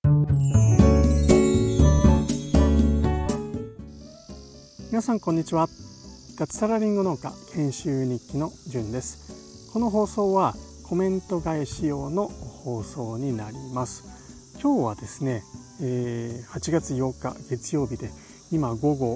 皆さんこんにちは。脱サラリンゴ農家研修日記のじゅんです。この放送はコメント返し用の放送になります。今日はですね、8月8日月曜日で今午後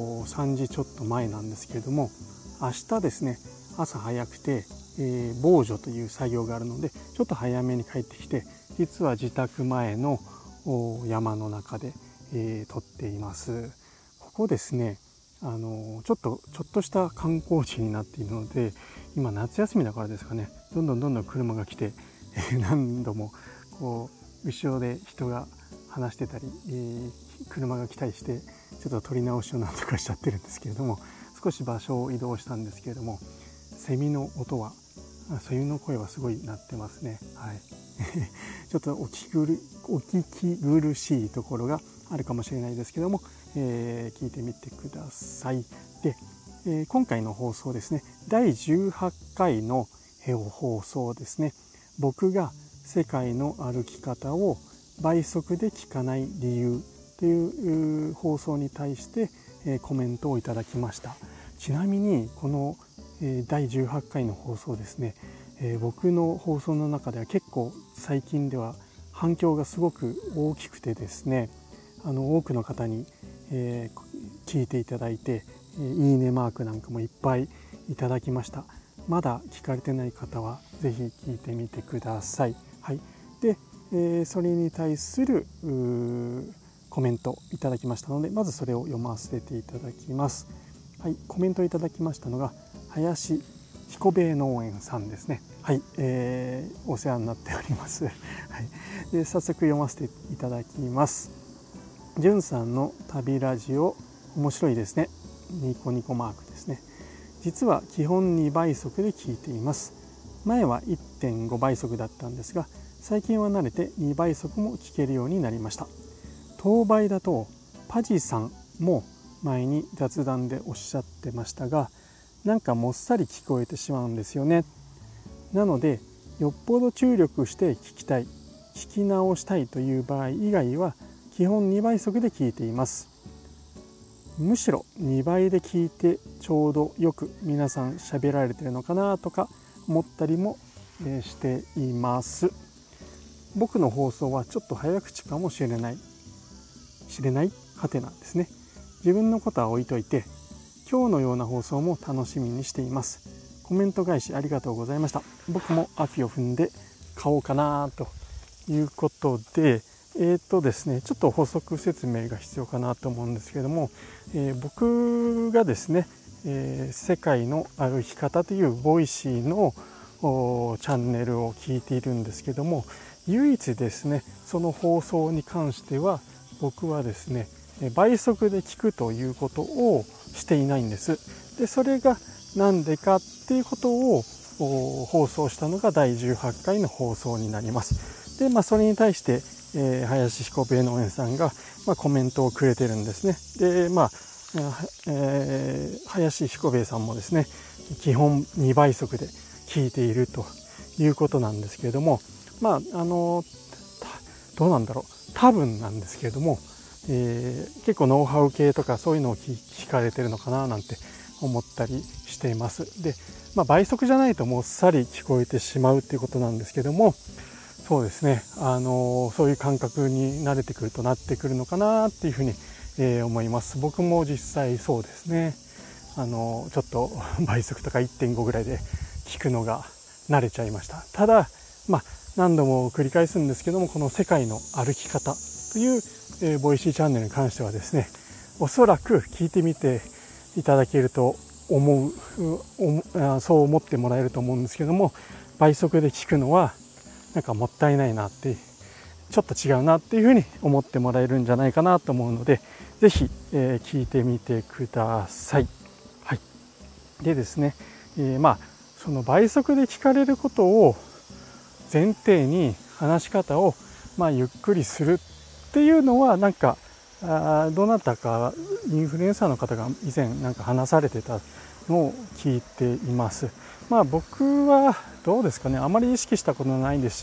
3時ちょっと前なんですけれども、明日ですね朝早くて、防除という作業があるのでちょっと早めに帰ってきて、実は自宅前の山の中で、撮っています。ここですねちょっとした観光地になっているので、今夏休みだからですかね、どんどん車が来て、何度もこう後ろで人が話してたり、車が来たりしてちょっと撮り直しをなんとかしちゃってるんですけれども、少し場所を移動したんですけれども、セミの声はすごい鳴ってますね。はいちょっとお聞き苦しいところがあるかもしれないですけども、聞いてみてください。で、今回の放送ですね、第18回の放送ですね、僕が世界の歩き方を倍速で聞かない理由という放送に対してコメントをいただきました。ちなみにこの第18回の放送ですね、僕の放送の中では結構最近では反響がすごく大きくてですね、多くの方に、聞いていただいて、いいねマークなんかもいっぱいいただきました。まだ聞かれてない方はぜひ聞いてみてください。はい、で、それに対するコメントいただきましたので、まずそれを読ませていただきます。はい、コメントいただきましたのが林彦兵衛農園さんですね。はい、お世話になっております。はい、で早速読ませていただきます。じゅんさんの旅ラジオ面白いですね。ニコニコマークですね。実は基本2倍速で聞いています。前は 1.5 倍速だったんですが、最近は慣れて2倍速も聞けるようになりました。当倍だとパジさんも前に雑談でおっしゃってましたが、なんかもっさり聞こえてしまうんですよね。なのでよっぽど注力して聞き直したいという場合以外は基本2倍速で聞いています。むしろ2倍で聞いてちょうどよく皆さん喋られてるのかなとか思ったりもしています。僕の放送はちょっと早口かもしれないはてなんですね。自分のことは置いといて、今日のような放送も楽しみにしています。コメント返しありがとうございました。僕も秋を踏んで買おうかなということで、ですね、ちょっと補足説明が必要かなと思うんですけれども、僕がですね、世界の歩き方というボイシーのチャンネルを聞いているんですけども、唯一ですねその放送に関しては僕はですね倍速で聞くということをしていないんです。でそれがなんでかっていうことを放送したのが第18回の放送になります。で、それに対して、林彦兵衛農園さんが、コメントをくれてるんですね。で、林彦兵衛さんもですね基本2倍速で聞いているということなんですけれども、どうなんだろう、多分なんですけれども、結構ノウハウ系とかそういうのを聞かれてるのかななんて思ったりしています。で、倍速じゃないともっさり聞こえてしまうっていうことなんですけども、そうですね、そういう感覚に慣れてくるとなってくるのかなっていうふうに、思います。僕も実際そうですね、ちょっと倍速とか 1.5 ぐらいで聞くのが慣れちゃいました。ただ何度も繰り返すんですけども、この世界の歩き方という、ボイシーチャンネルに関してはですね、おそらく聞いてみていただけるとそう思ってもらえると思うんですけども、倍速で聞くのはなんかもったいないなって、ちょっと違うなっていうふうに思ってもらえるんじゃないかなと思うので、ぜひ、聞いてみてください。はい、でですね、その倍速で聞かれることを前提に話し方をゆっくりするっていうのはなんかどなたかインフルエンサーの方が以前なんか話されてたのを聞いています。僕はどうですかね、あまり意識したことないですし、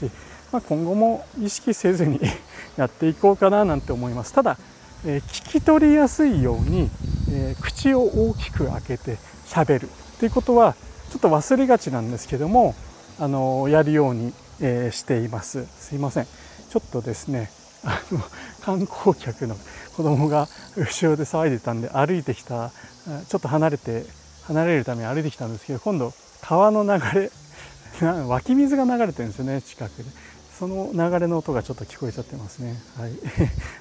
今後も意識せずにやっていこうかななんて思います。ただ、聞き取りやすいように、口を大きく開けて喋るっていうことはちょっと忘れがちなんですけども、やるように、しています。すいません、ちょっとですね、観光客の子供が後ろで騒いでたんで歩いてきた、ちょっと離れるために歩いてきたんですけど、今度川の流れ湧き水が流れてるんですよね、近くで。その流れの音がちょっと聞こえちゃってますね。はい。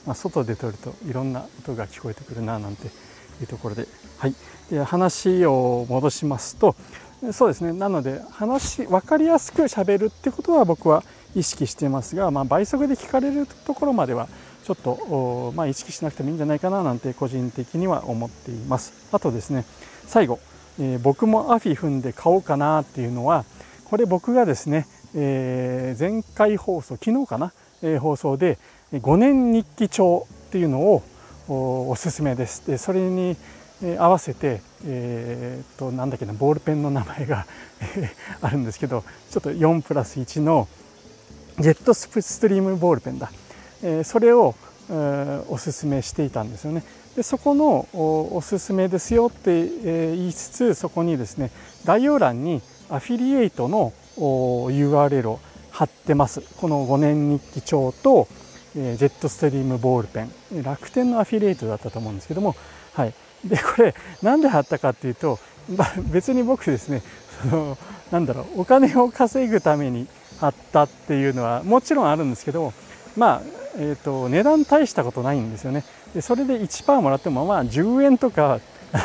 外で撮るといろんな音が聞こえてくるななんていうところで、はい。で、話を戻しますと、そうですね。なので分かりやすく喋るってことは僕は意識していますが、倍速で聞かれるところまではちょっと、意識しなくてもいいんじゃないかななんて個人的には思っています。あとですね、最後、僕もアフィ踏んで買おうかなっていうのは、これ僕がですね、前回放送、昨日かな、放送で5年日記帳っていうのをおすすめです。でそれに合わせて、なんだっけな、ボールペンの名前があるんですけど、ちょっと4+1のジェットストリームボールペンだ、それをおすすめしていたんですよね。でそこのおすすめですよって言いつつ、そこにですね、概要欄にアフィリエイトの URL を貼ってます。この5年日記帳とジェットストリームボールペン、楽天のアフィリエイトだったと思うんですけども、はい。でこれなんで貼ったかっていうと、別に僕ですね、お金を稼ぐために貼ったっていうのはもちろんあるんですけど、値段大したことないんですよね。でそれで 1% もらっても10円とか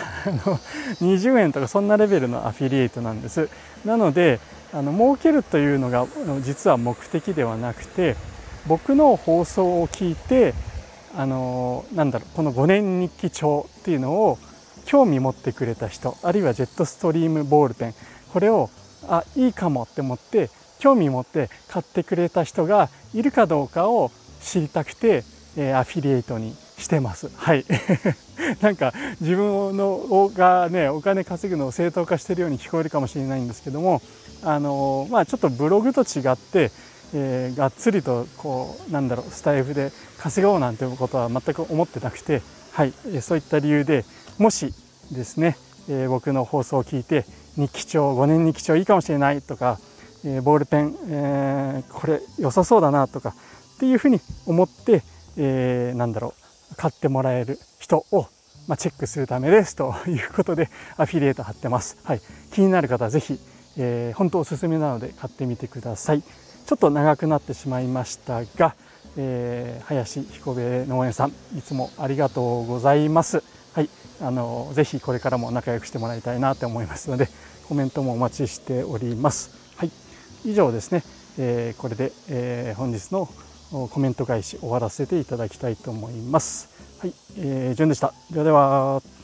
20円とかそんなレベルのアフィリエイトなんです。なので儲けるというのが実は目的ではなくて、僕の放送を聞いてこの5年日記帳っていうのを興味持ってくれた人、あるいはジェットストリームボールペン、これをいいかもって思って興味持って買ってくれた人がいるかどうかを知りたくて、アフィリエイトにしてます。はい自分がね、お金稼ぐのを正当化しているように聞こえるかもしれないんですけども、ちょっとブログと違って、がっつりとスタイフで稼ごうなんてことは全く思ってなくて、はい、そういった理由で、もしですね、僕の放送を聞いて日記帳、5年日記帳いいかもしれないとか、ボールペン、これ良さそうだなとかっていうふうに思って、買ってもらえる人を、チェックするためですということでアフィリエイト貼ってます。はい、気になる方はぜひ、本当おすすめなので買ってみてください。ちょっと長くなってしまいましたが、林彦兵衛農園さん、いつもありがとうございます。はい、ぜひこれからも仲良くしてもらいたいなと思いますので、コメントもお待ちしております。はい、以上ですね、これで、本日のコメント返し終わらせていただきたいと思います。はい、じゅんでした。ではでは。